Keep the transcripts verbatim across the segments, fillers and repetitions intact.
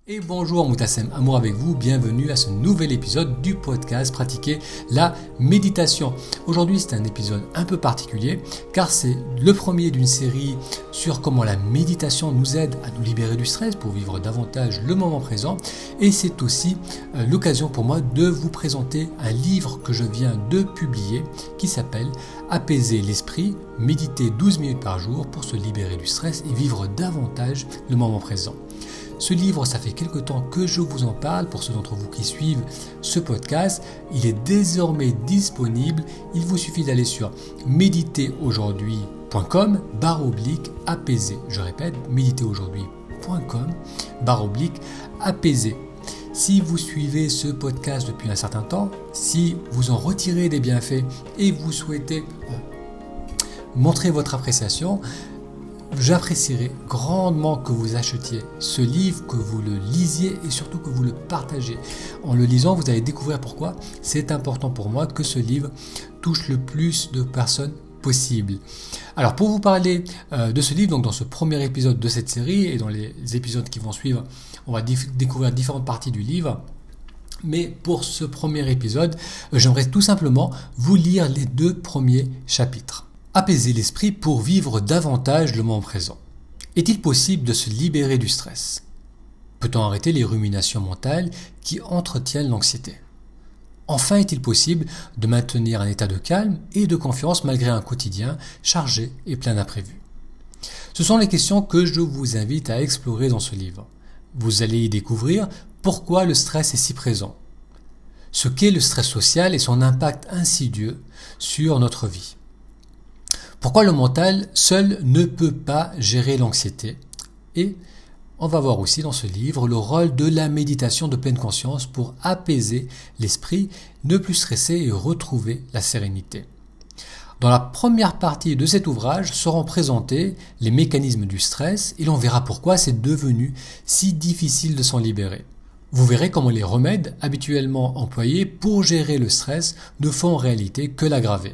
Et bonjour Moutassem Amour avec vous, bienvenue à ce nouvel épisode du podcast Pratiquer la méditation. Aujourd'hui c'est un épisode un peu particulier car c'est le premier d'une série sur comment la méditation nous aide à nous libérer du stress pour vivre davantage le moment présent, et c'est aussi euh, l'occasion pour moi de vous présenter un livre que je viens de publier qui s'appelle Apaiser l'esprit, méditer douze minutes par jour pour se libérer du stress et vivre davantage le moment présent. Ce livre, ça fait quelque temps que je vous en parle. Pour ceux d'entre vous qui suivent ce podcast, il est désormais disponible. Il vous suffit d'aller sur méditer aujourd'hui point com barre oblique apaiser. Je répète, méditer aujourd'hui point com barre oblique apaiser. Si vous suivez ce podcast depuis un certain temps, si vous en retirez des bienfaits et vous souhaitez montrer votre appréciation, j'apprécierais grandement que vous achetiez ce livre, que vous le lisiez et surtout que vous le partagez. En le lisant, vous allez découvrir pourquoi c'est important pour moi que ce livre touche le plus de personnes possible. Alors pour vous parler euh, de ce livre, donc dans ce premier épisode de cette série et dans les épisodes qui vont suivre, on va dif- découvrir différentes parties du livre. Mais pour ce premier épisode, euh, j'aimerais tout simplement vous lire les deux premiers chapitres. Apaiser l'esprit pour vivre davantage le moment présent. Est-il possible de se libérer du stress ? Peut-on arrêter les ruminations mentales qui entretiennent l'anxiété ? Enfin, est-il possible de maintenir un état de calme et de confiance malgré un quotidien chargé et plein d'imprévus ? Ce sont les questions que je vous invite à explorer dans ce livre. Vous allez y découvrir pourquoi le stress est si présent, ce qu'est le stress social et son impact insidieux sur notre vie. Pourquoi le mental seul ne peut pas gérer l'anxiété ? Et on va voir aussi dans ce livre le rôle de la méditation de pleine conscience pour apaiser l'esprit, ne plus stresser et retrouver la sérénité. Dans la première partie de cet ouvrage seront présentés les mécanismes du stress et l'on verra pourquoi c'est devenu si difficile de s'en libérer. Vous verrez comment les remèdes habituellement employés pour gérer le stress ne font en réalité que l'aggraver.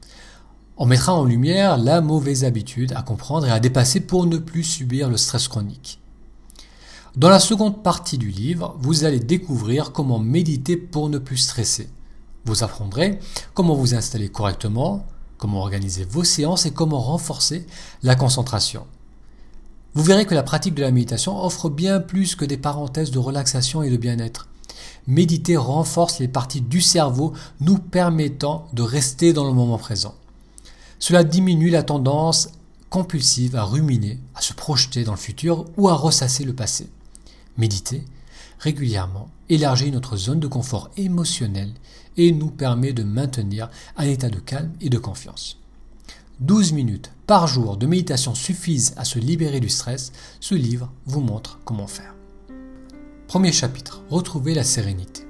On mettra en lumière la mauvaise habitude à comprendre et à dépasser pour ne plus subir le stress chronique. Dans la seconde partie du livre, vous allez découvrir comment méditer pour ne plus stresser. Vous apprendrez comment vous installer correctement, comment organiser vos séances et comment renforcer la concentration. Vous verrez que la pratique de la méditation offre bien plus que des parenthèses de relaxation et de bien-être. Méditer renforce les parties du cerveau nous permettant de rester dans le moment présent. Cela diminue la tendance compulsive à ruminer, à se projeter dans le futur ou à ressasser le passé. Méditer régulièrement élargit notre zone de confort émotionnel et nous permet de maintenir un état de calme et de confiance. douze minutes par jour de méditation suffisent à se libérer du stress. Ce livre vous montre comment faire. Premier chapitre, retrouver la sérénité.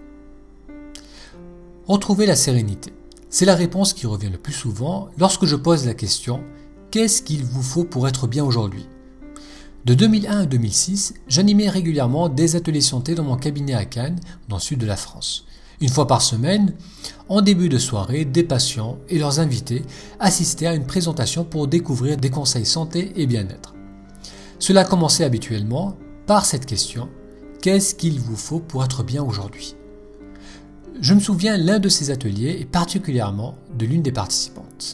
Retrouver la sérénité. C'est la réponse qui revient le plus souvent lorsque je pose la question « Qu'est-ce qu'il vous faut pour être bien aujourd'hui ?» De deux mille un à deux mille six, j'animais régulièrement des ateliers santé dans mon cabinet à Cannes, dans le sud de la France. Une fois par semaine, en début de soirée, des patients et leurs invités assistaient à une présentation pour découvrir des conseils santé et bien-être. Cela commençait habituellement par cette question « Qu'est-ce qu'il vous faut pour être bien aujourd'hui ?» Je me souviens l'un de ces ateliers et particulièrement de l'une des participantes.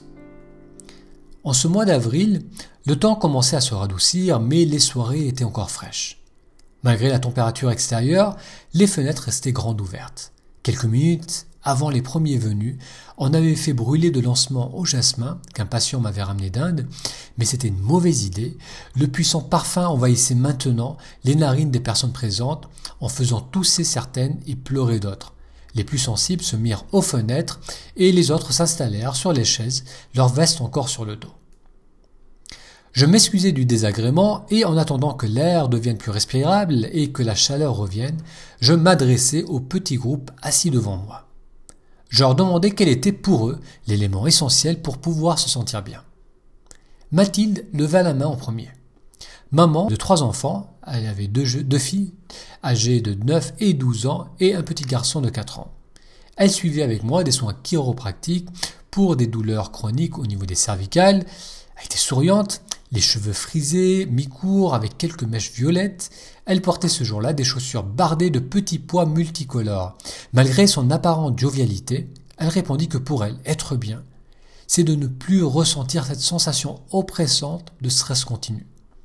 En ce mois d'avril, le temps commençait à se radoucir, mais les soirées étaient encore fraîches. Malgré la température extérieure, les fenêtres restaient grandes ouvertes. Quelques minutes avant les premiers venus, on avait fait brûler de lancement au jasmin qu'un patient m'avait ramené d'Inde, mais c'était une mauvaise idée. Le puissant parfum envahissait maintenant les narines des personnes présentes en faisant tousser certaines et pleurer d'autres. Les plus sensibles se mirent aux fenêtres et les autres s'installèrent sur les chaises, leur veste encore sur le dos. Je m'excusais du désagrément et en attendant que l'air devienne plus respirable et que la chaleur revienne, je m'adressais au petit groupe assis devant moi. Je leur demandais quel était pour eux l'élément essentiel pour pouvoir se sentir bien. Mathilde leva la main en premier. Maman de trois enfants, elle avait deux, jeux, deux filles âgées de neuf et douze ans et un petit garçon de quatre ans. Elle suivait avec moi des soins chiropractiques pour des douleurs chroniques au niveau des cervicales. Elle était souriante Les cheveux frisés, mi-courts, avec quelques mèches violettes, elle portait ce jour-là des chaussures bardées de petits pois multicolores. Malgré son apparente jovialité, elle répondit que pour elle, être bien, c'est de ne plus ressentir cette sensation oppressante de stress continu.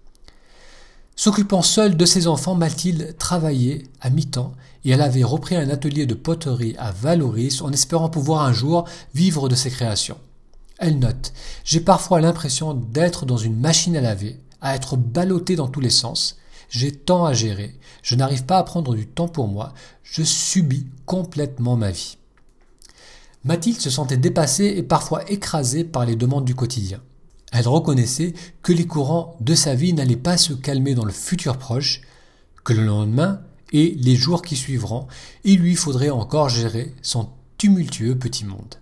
S'occupant seule de ses enfants, Mathilde travaillait à mi-temps et elle avait repris un atelier de poterie à Vallauris en espérant pouvoir un jour vivre de ses créations. Elle note « J'ai parfois l'impression d'être dans une machine à laver, à être ballottée dans tous les sens. J'ai tant à gérer, je n'arrive pas à prendre du temps pour moi, je subis complètement ma vie. » Mathilde se sentait dépassée et parfois écrasée par les demandes du quotidien. Elle reconnaissait que les courants de sa vie n'allaient pas se calmer dans le futur proche, que le lendemain et les jours qui suivront, il lui faudrait encore gérer son tumultueux petit monde.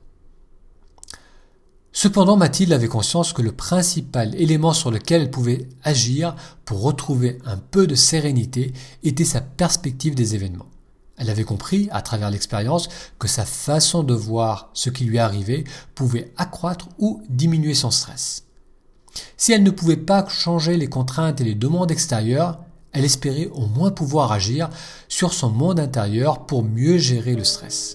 Cependant, Mathilde avait conscience que le principal élément sur lequel elle pouvait agir pour retrouver un peu de sérénité était sa perspective des événements. Elle avait compris, à travers l'expérience, que sa façon de voir ce qui lui arrivait pouvait accroître ou diminuer son stress. Si elle ne pouvait pas changer les contraintes et les demandes extérieures, elle espérait au moins pouvoir agir sur son monde intérieur pour mieux gérer le stress.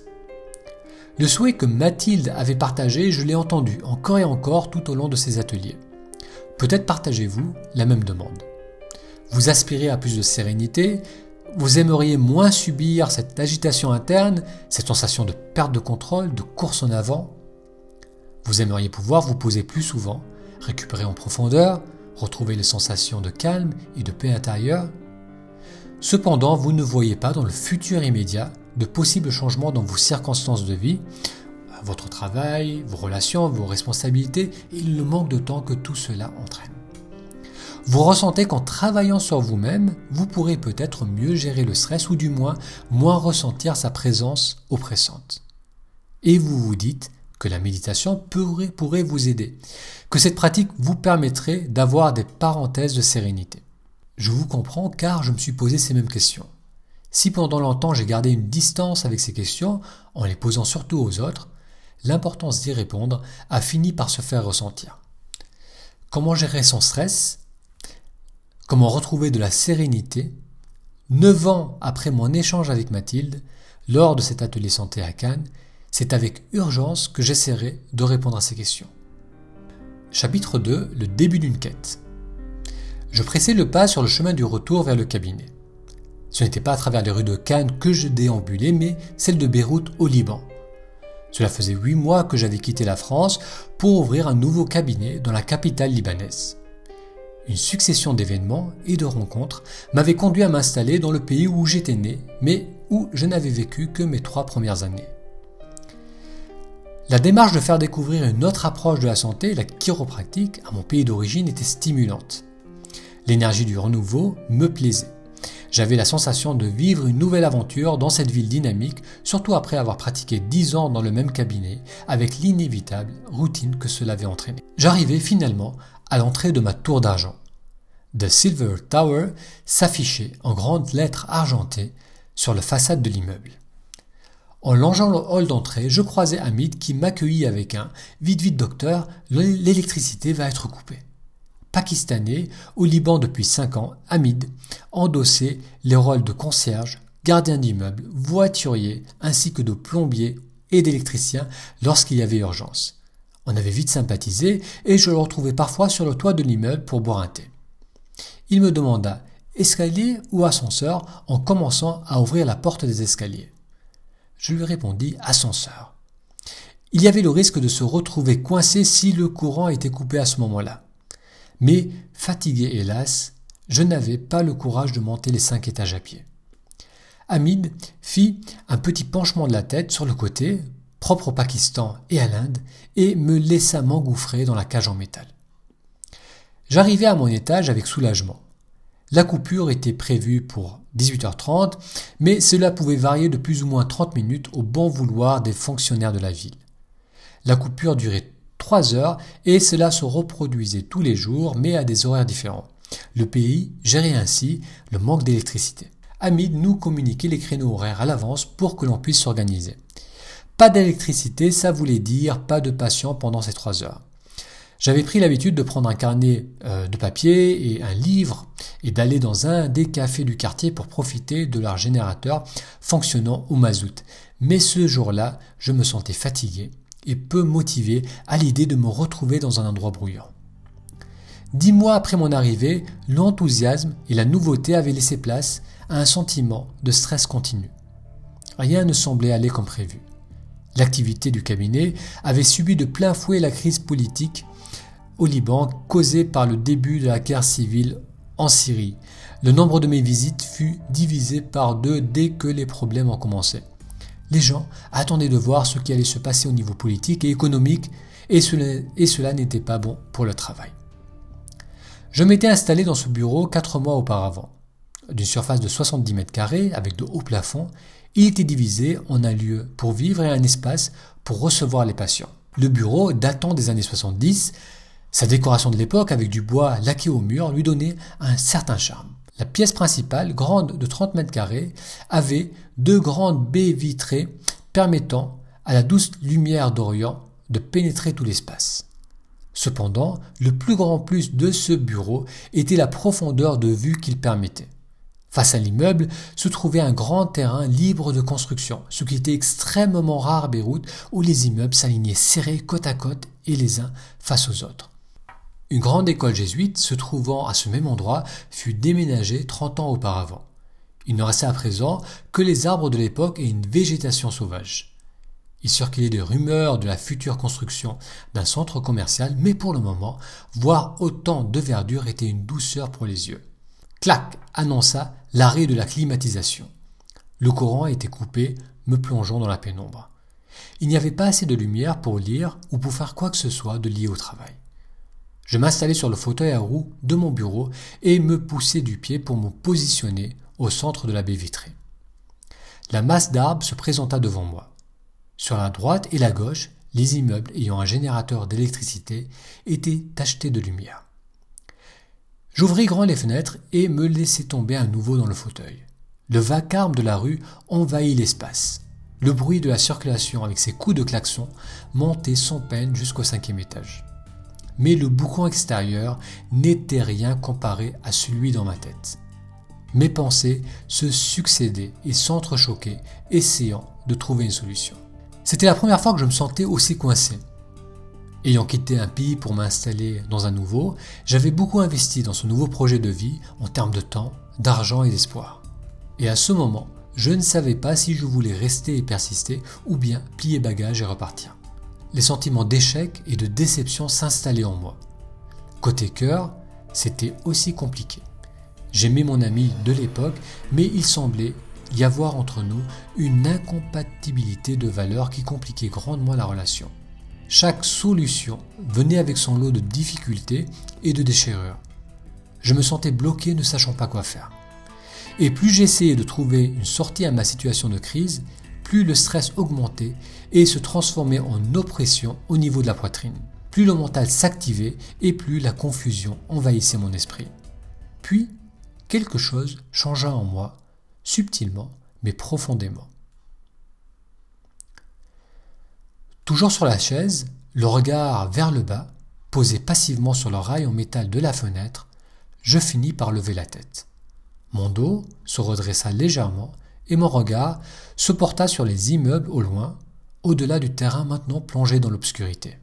Le souhait que Mathilde avait partagé, je l'ai entendu encore et encore tout au long de ses ateliers. Peut-être partagez-vous la même demande. Vous aspirez à plus de sérénité, vous aimeriez moins subir cette agitation interne, cette sensation de perte de contrôle, de course en avant. Vous aimeriez pouvoir vous poser plus souvent, récupérer en profondeur, retrouver les sensations de calme et de paix intérieure. Cependant, vous ne voyez pas dans le futur immédiat de possibles changements dans vos circonstances de vie, votre travail, vos relations, vos responsabilités et le manque de temps que tout cela entraîne. Vous ressentez qu'en travaillant sur vous-même, vous pourrez peut-être mieux gérer le stress ou du moins moins ressentir sa présence oppressante. Et vous vous dites que la méditation pourrait, pourrait vous aider, que cette pratique vous permettrait d'avoir des parenthèses de sérénité. Je vous comprends car je me suis posé ces mêmes questions. Si pendant longtemps j'ai gardé une distance avec ces questions, en les posant surtout aux autres, l'importance d'y répondre a fini par se faire ressentir. Comment gérer son stress ? Comment retrouver de la sérénité ? Neuf ans après mon échange avec Mathilde, lors de cet atelier santé à Cannes, c'est avec urgence que j'essaierai de répondre à ces questions. Chapitre deux. Le début d'une quête. Je pressais le pas sur le chemin du retour vers le cabinet. Ce n'était pas à travers les rues de Cannes que je déambulais, mais celle de Beyrouth au Liban. Cela faisait huit mois que j'avais quitté la France pour ouvrir un nouveau cabinet dans la capitale libanaise. Une succession d'événements et de rencontres m'avait conduit à m'installer dans le pays où j'étais né, mais où je n'avais vécu que mes trois premières années. La démarche de faire découvrir une autre approche de la santé, la chiropratique, à mon pays d'origine était stimulante. L'énergie du renouveau me plaisait. J'avais la sensation de vivre une nouvelle aventure dans cette ville dynamique, surtout après avoir pratiqué dix ans dans le même cabinet, avec l'inévitable routine que cela avait entraîné. J'arrivais finalement à l'entrée de ma tour d'argent. The Silver Tower s'affichait en grandes lettres argentées sur la façade de l'immeuble. En longeant le hall d'entrée, je croisais Hamid qui m'accueillit avec un « Vite, vite docteur, l'électricité va être coupée ». Pakistanais, au Liban depuis cinq ans, Hamid endossait les rôles de concierge, gardien d'immeuble, voiturier, ainsi que de plombier et d'électricien lorsqu'il y avait urgence. On avait vite sympathisé et je le retrouvais parfois sur le toit de l'immeuble pour boire un thé. Il me demanda « escalier ou ascenseur ?» en commençant à ouvrir la porte des escaliers. Je lui répondis « ascenseur ». Il y avait le risque de se retrouver coincé si le courant était coupé à ce moment-là. Mais, fatigué hélas, je n'avais pas le courage de monter les cinq étages à pied. Hamid fit un petit penchement de la tête sur le côté, propre au Pakistan et à l'Inde, et me laissa m'engouffrer dans la cage en métal. J'arrivai à mon étage avec soulagement. La coupure était prévue pour dix-huit heures trente, mais cela pouvait varier de plus ou moins trente minutes au bon vouloir des fonctionnaires de la ville. La coupure durait trois heures et cela se reproduisait tous les jours, mais à des horaires différents. Le pays gérait ainsi le manque d'électricité. Hamid nous communiquait les créneaux horaires à l'avance pour que l'on puisse s'organiser. Pas d'électricité, ça voulait dire pas de patients pendant ces trois heures. J'avais pris l'habitude de prendre un carnet euh, de papier et un livre et d'aller dans un des cafés du quartier pour profiter de leur générateur fonctionnant au mazout. Mais ce jour-là, je me sentais fatigué et peu motivé à l'idée de me retrouver dans un endroit bruyant. Dix mois après mon arrivée, l'enthousiasme et la nouveauté avaient laissé place à un sentiment de stress continu. Rien ne semblait aller comme prévu. L'activité du cabinet avait subi de plein fouet la crise politique au Liban causée par le début de la guerre civile en Syrie. Le nombre de mes visites fut divisé par deux dès que les problèmes ont commencé. Les gens attendaient de voir ce qui allait se passer au niveau politique et économique et cela, et cela n'était pas bon pour le travail. Je m'étais installé dans ce bureau quatre mois auparavant. D'une surface de soixante-dix mètres carrés avec de hauts plafonds, il était divisé en un lieu pour vivre et un espace pour recevoir les patients. Le bureau, datant des années soixante-dix, sa décoration de l'époque avec du bois laqué au mur lui donnait un certain charme. La pièce principale, grande de trente mètres carrés, avait deux grandes baies vitrées permettant à la douce lumière d'Orient de pénétrer tout l'espace. Cependant, le plus grand plus de ce bureau était la profondeur de vue qu'il permettait. Face à l'immeuble se trouvait un grand terrain libre de construction, ce qui était extrêmement rare à Beyrouth où les immeubles s'alignaient serrés côte à côte et les uns face aux autres. Une grande école jésuite se trouvant à ce même endroit fut déménagée trente ans auparavant. Il ne restait à présent que les arbres de l'époque et une végétation sauvage. Il circulait des rumeurs de la future construction d'un centre commercial, mais pour le moment, voir autant de verdure était une douceur pour les yeux. Clac annonça l'arrêt de la climatisation. Le courant était coupé, me plongeant dans la pénombre. Il n'y avait pas assez de lumière pour lire ou pour faire quoi que ce soit de lié au travail. Je m'installai sur le fauteuil à roues de mon bureau et me poussai du pied pour me positionner au centre de la baie vitrée. La masse d'arbres se présenta devant moi. Sur la droite et la gauche, les immeubles ayant un générateur d'électricité étaient tachetés de lumière. J'ouvris grand les fenêtres et me laissai tomber à nouveau dans le fauteuil. Le vacarme de la rue envahit l'espace. Le bruit de la circulation avec ses coups de klaxon montait sans peine jusqu'au cinquième étage. Mais le boucan extérieur n'était rien comparé à celui dans ma tête. Mes pensées se succédaient et s'entrechoquaient, essayant de trouver une solution. C'était la première fois que je me sentais aussi coincé. Ayant quitté un pays pour m'installer dans un nouveau, j'avais beaucoup investi dans ce nouveau projet de vie en termes de temps, d'argent et d'espoir. Et à ce moment, je ne savais pas si je voulais rester et persister ou bien plier bagages et repartir. Les sentiments d'échec et de déception s'installaient en moi. Côté cœur, c'était aussi compliqué. J'aimais mon ami de l'époque, mais il semblait y avoir entre nous une incompatibilité de valeurs qui compliquait grandement la relation. Chaque solution venait avec son lot de difficultés et de déchirures. Je me sentais bloqué ne sachant pas quoi faire. Et plus j'essayais de trouver une sortie à ma situation de crise, plus le stress augmentait et se transformait en oppression au niveau de la poitrine. Plus le mental s'activait et plus la confusion envahissait mon esprit. Puis, quelque chose changea en moi, subtilement mais profondément. Toujours sur la chaise, le regard vers le bas, posé passivement sur le rail en métal de la fenêtre, je finis par lever la tête. Mon dos se redressa légèrement et mon regard se porta sur les immeubles au loin, au-delà du terrain maintenant plongé dans l'obscurité.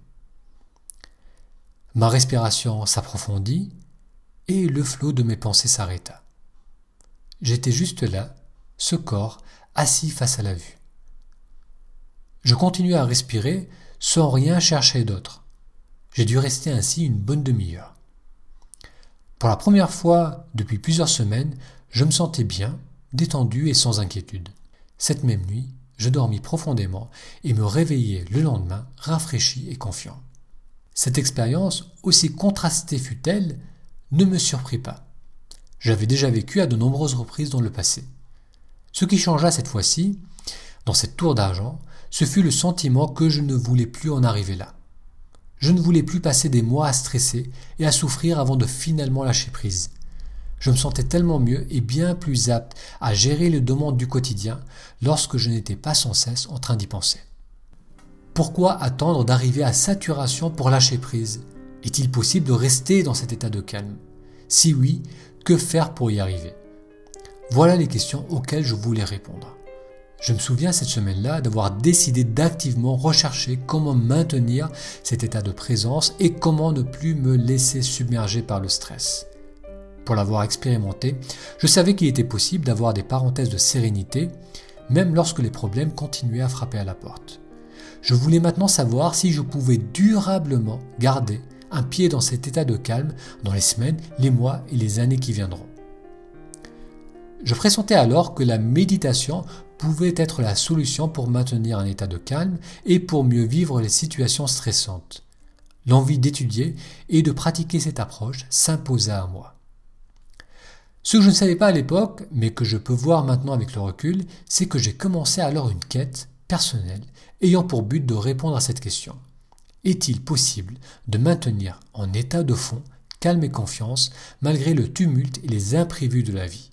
Ma respiration s'approfondit et le flot de mes pensées s'arrêta. J'étais juste là, ce corps assis face à la vue. Je continuais à respirer sans rien chercher d'autre. J'ai dû rester ainsi une bonne demi-heure. Pour la première fois depuis plusieurs semaines, je me sentais bien, détendu et sans inquiétude. Cette même nuit, je dormis profondément et me réveillai le lendemain rafraîchi et confiant. Cette expérience, aussi contrastée fut-elle, ne me surprit pas. J'avais déjà vécu à de nombreuses reprises dans le passé. Ce qui changea cette fois-ci, dans cette tour d'argent, ce fut le sentiment que je ne voulais plus en arriver là. Je ne voulais plus passer des mois à stresser et à souffrir avant de finalement lâcher prise. Je me sentais tellement mieux et bien plus apte à gérer les demandes du quotidien lorsque je n'étais pas sans cesse en train d'y penser. Pourquoi attendre d'arriver à saturation pour lâcher prise Est-il possible de rester dans cet état de calme? Si oui, que faire pour y arriver? Voilà les questions auxquelles je voulais répondre. Je me souviens cette semaine-là d'avoir décidé d'activement rechercher comment maintenir cet état de présence et comment ne plus me laisser submerger par le stress. Pour l'avoir expérimenté, je savais qu'il était possible d'avoir des parenthèses de sérénité, même lorsque les problèmes continuaient à frapper à la porte. Je voulais maintenant savoir si je pouvais durablement garder un pied dans cet état de calme dans les semaines, les mois et les années qui viendront. Je pressentais alors que la méditation pouvait être la solution pour maintenir un état de calme et pour mieux vivre les situations stressantes. L'envie d'étudier et de pratiquer cette approche s'imposa à moi. Ce que je ne savais pas à l'époque, mais que je peux voir maintenant avec le recul, c'est que j'ai commencé alors une quête personnelle ayant pour but de répondre à cette question. Est-il possible de maintenir en état de fond, calme et confiance, malgré le tumulte et les imprévus de la vie?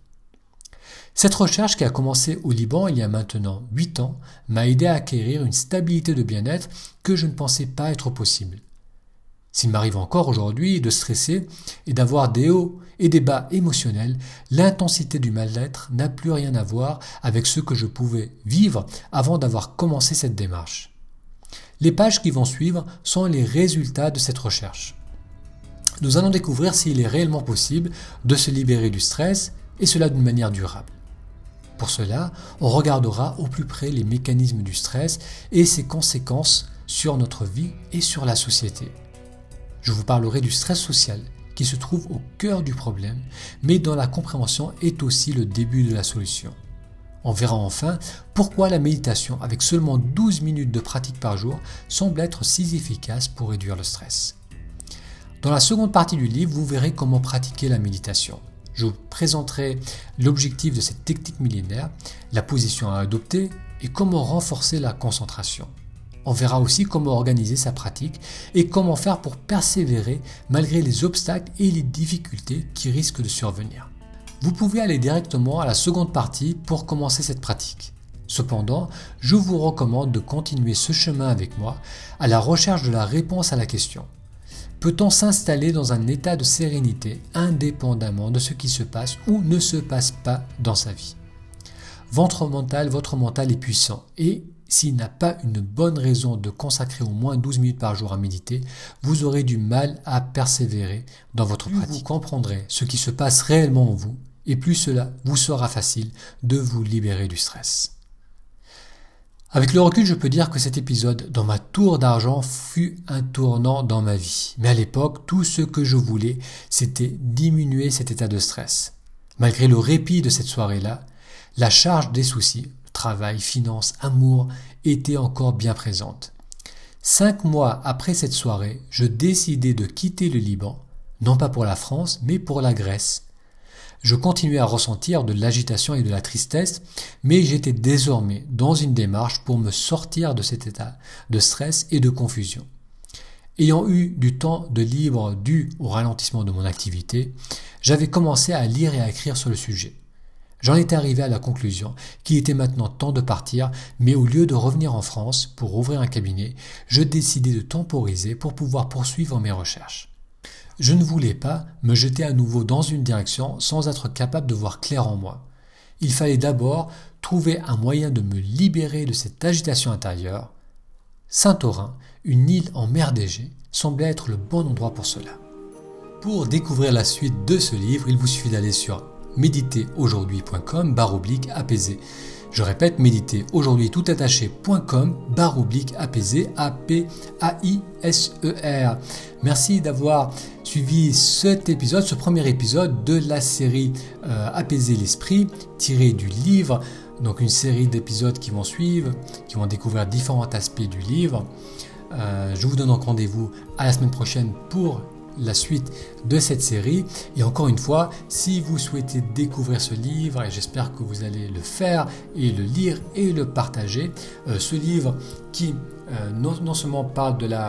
Cette recherche qui a commencé au Liban il y a maintenant huit ans m'a aidé à acquérir une stabilité de bien-être que je ne pensais pas être possible. S'il m'arrive encore aujourd'hui de stresser et d'avoir des hauts et des bas émotionnels, l'intensité du mal-être n'a plus rien à voir avec ce que je pouvais vivre avant d'avoir commencé cette démarche. Les pages qui vont suivre sont les résultats de cette recherche. Nous allons découvrir s'il est réellement possible de se libérer du stress et cela d'une manière durable. Pour cela, on regardera au plus près les mécanismes du stress et ses conséquences sur notre vie et sur la société. Je vous parlerai du stress social qui se trouve au cœur du problème, mais dont la compréhension est aussi le début de la solution. On verra enfin pourquoi la méditation, avec seulement douze minutes de pratique par jour, semble être si efficace pour réduire le stress. Dans la seconde partie du livre, vous verrez comment pratiquer la méditation. Je vous présenterai l'objectif de cette technique millénaire, la position à adopter et comment renforcer la concentration. On verra aussi comment organiser sa pratique et comment faire pour persévérer malgré les obstacles et les difficultés qui risquent de survenir. Vous pouvez aller directement à la seconde partie pour commencer cette pratique. Cependant, je vous recommande de continuer ce chemin avec moi à la recherche de la réponse à la question. Peut-on s'installer dans un état de sérénité indépendamment de ce qui se passe ou ne se passe pas dans sa vie? Votre mental, votre mental est puissant et s'il n'a pas une bonne raison de consacrer au moins douze minutes par jour à méditer, vous aurez du mal à persévérer dans votre pratique. Plus vous comprendrez ce qui se passe réellement en vous et plus cela vous sera facile de vous libérer du stress. Avec le recul, je peux dire que cet épisode dans ma tour d'argent fut un tournant dans ma vie. Mais à l'époque, tout ce que je voulais, c'était diminuer cet état de stress. Malgré le répit de cette soirée-là, la charge des soucis, travail, finances, amour, était encore bien présente. Cinq mois après cette soirée, je décidai de quitter le Liban, non pas pour la France, mais pour la Grèce. Je continuais à ressentir de l'agitation et de la tristesse, mais j'étais désormais dans une démarche pour me sortir de cet état de stress et de confusion. Ayant eu du temps de libre dû au ralentissement de mon activité, j'avais commencé à lire et à écrire sur le sujet. J'en étais arrivé à la conclusion qu'il était maintenant temps de partir, mais au lieu de revenir en France pour ouvrir un cabinet, je décidai de temporiser pour pouvoir poursuivre mes recherches. Je ne voulais pas me jeter à nouveau dans une direction sans être capable de voir clair en moi. Il fallait d'abord trouver un moyen de me libérer de cette agitation intérieure. Saint-Orin, une île en mer d'Égée, semblait être le bon endroit pour cela. Pour découvrir la suite de ce livre, il vous suffit d'aller sur méditer aujourd'hui point com barre oblique apaisé. Je répète, méditer aujourd'hui tout attaché point com barre oblique apaisé, A P A I S E R. Merci d'avoir suivi cet épisode, ce premier épisode de la série euh, Apaiser l'esprit, tiré du livre. Donc une série d'épisodes qui vont suivre, qui vont découvrir différents aspects du livre. Euh, je vous donne donc rendez-vous à la semaine prochaine pour la suite de cette série. Et encore une fois, si vous souhaitez découvrir ce livre, et j'espère que vous allez le faire et le lire et le partager, euh, ce livre qui euh, non, non seulement parle de la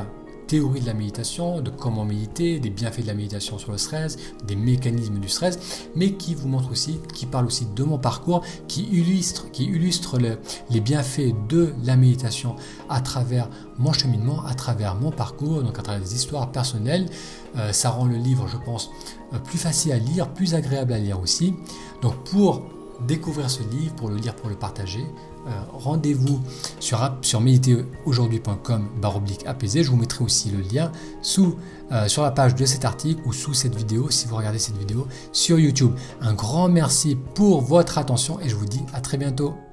théorie de la méditation, de comment méditer, des bienfaits de la méditation sur le stress, des mécanismes du stress, mais qui vous montre aussi, qui parle aussi de mon parcours, qui illustre, qui illustre le, les bienfaits de la méditation à travers mon cheminement, à travers mon parcours, donc à travers des histoires personnelles. Euh, ça rend le livre, je pense, plus facile à lire, plus agréable à lire aussi. Donc pour découvrir ce livre, pour le lire, pour le partager, euh, rendez-vous sur, sur méditer aujourd'hui point com barre oblique apaisé. Je vous mettrai aussi le lien sous, euh, sur la page de cet article ou sous cette vidéo si vous regardez cette vidéo sur YouTube. Un grand merci pour votre attention et je vous dis à très bientôt.